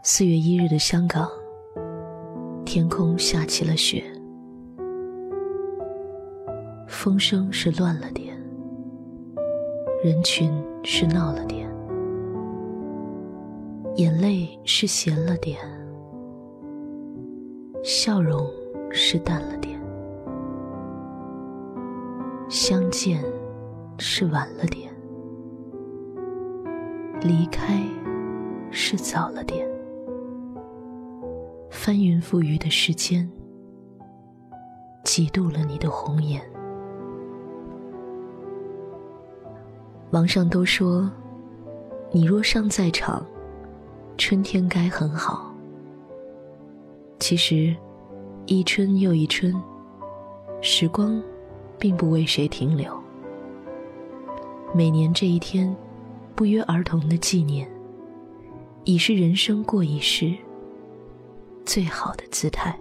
4月1日的香港，天空下起了雪，风声是乱了点，人群是闹了点，眼泪是咸了点，笑容是淡了点，相见是晚了点，离开是早了点。翻云覆雨的时间，嫉妒了你的红颜。网上都说，你若尚在场，春天该很好。其实，一春又一春，时光并不为谁停留。每年这一天，不约而同的纪念，已是人生过一世最好的姿态。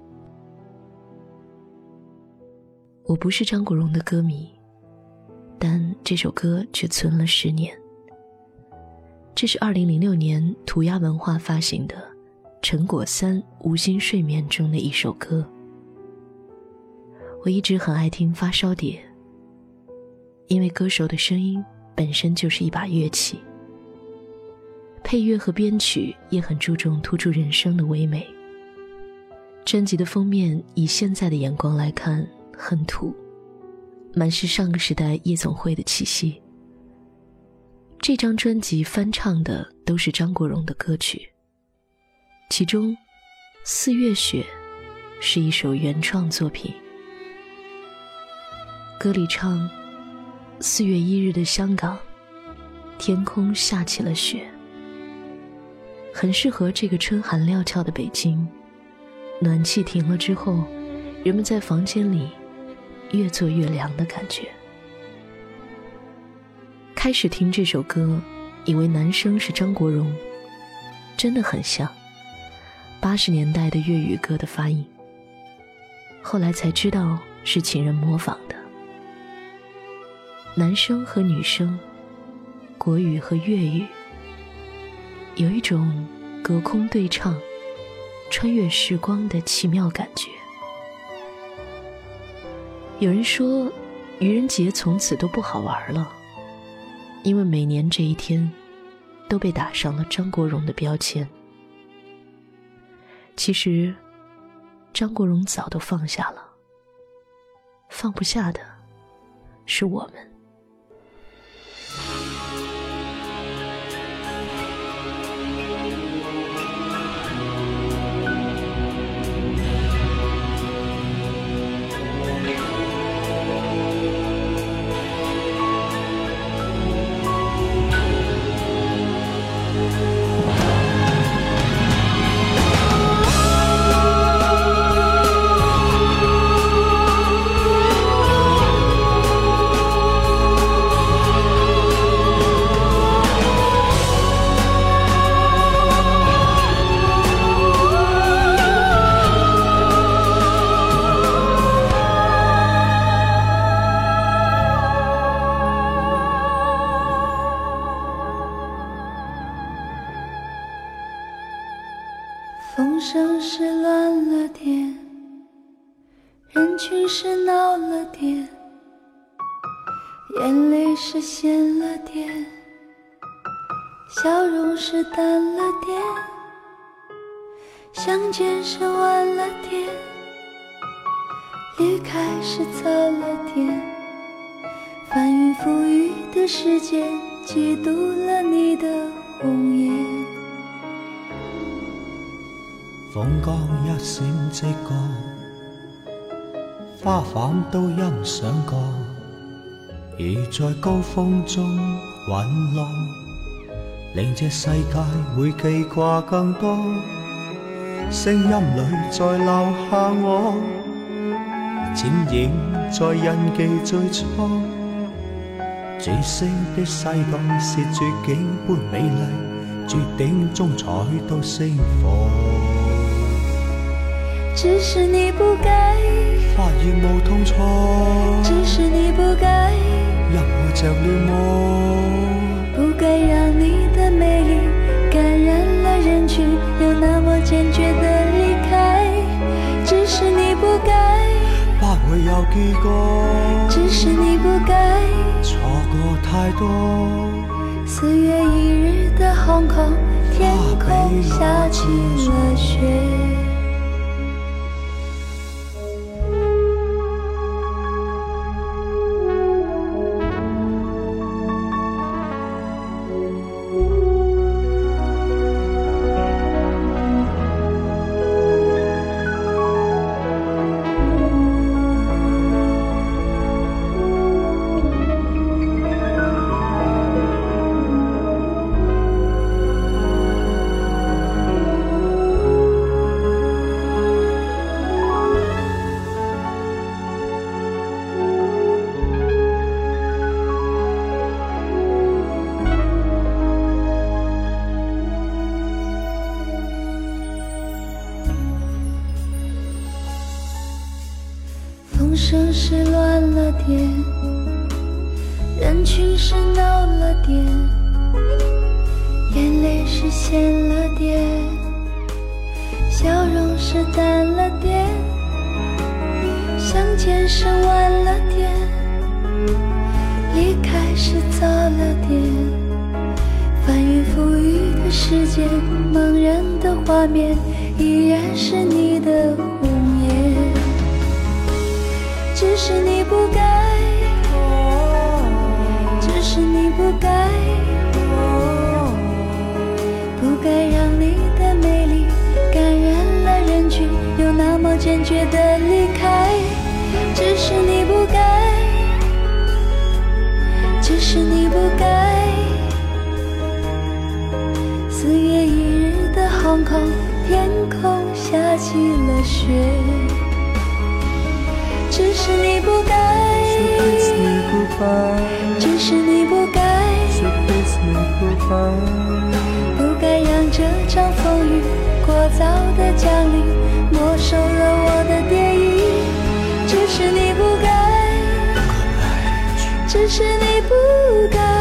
我不是张国荣的歌迷，但这首歌却存了10年。这是2006年涂鸦文化发行的陈果3无心睡眠中的一首歌。我一直很爱听发烧碟，因为歌手的声音本身就是一把乐器，配乐和编曲也很注重突出人声的唯美。专辑的封面以现在的眼光来看很土，满是上个时代夜总会的气息。这张专辑翻唱的都是张国荣的歌曲，其中《4月雪》是一首原创作品。歌里唱4月1日的香港，天空下起了雪，很适合这个春寒料峭的北京。暖气停了之后，人们在房间里越坐越凉的感觉。开始听这首歌，以为男生是张国荣，真的很像80年代的粤语歌的发音。后来才知道是请人模仿的。男生和女生，国语和粤语，有一种隔空对唱穿越时光的奇妙感觉。有人说愚人节从此都不好玩了，因为每年这一天都被打上了张国荣的标签。其实张国荣早都放下了，放不下的是我们。 风声是乱了点，人群是闹了点，眼泪是咸了点，笑容是淡了点，相见是晚了点，离开是早了点，翻云覆雨的世界，嫉妒了你的红颜。 風光一閃即過，花瓣都欣賞過，而在高峰中隕落，令這世界會記掛更多。聲音裏再留下我，剪影再印記最初。轉星的世界是絕景般美麗，絕頂中才到星火。 只是你不该發現無痛楚， 只是你不该讓我着了魔， 不該讓你的美麗感染了人群，讓坚决地离开，只是你不该， 不會有結果， 只是你不該錯過太多。 4月1日的航空，天空下起了雪。风声是乱了点，人群是闹了点，眼泪是咸了点，笑容是淡了点，相见是晚了点，离开是早了点。翻云覆雨的世界，茫然的画面，依然是你的红颜。只是你不该，只是你不该，不该让你的美丽感染了人群，又那么坚决地离开。只是你不该，只是你不该。4月1日的航空，天空下起了雪。只是你不该，只是你不该，不该让这场风雨过早的降临，没收了我的电影。只是你不该，只是你不该。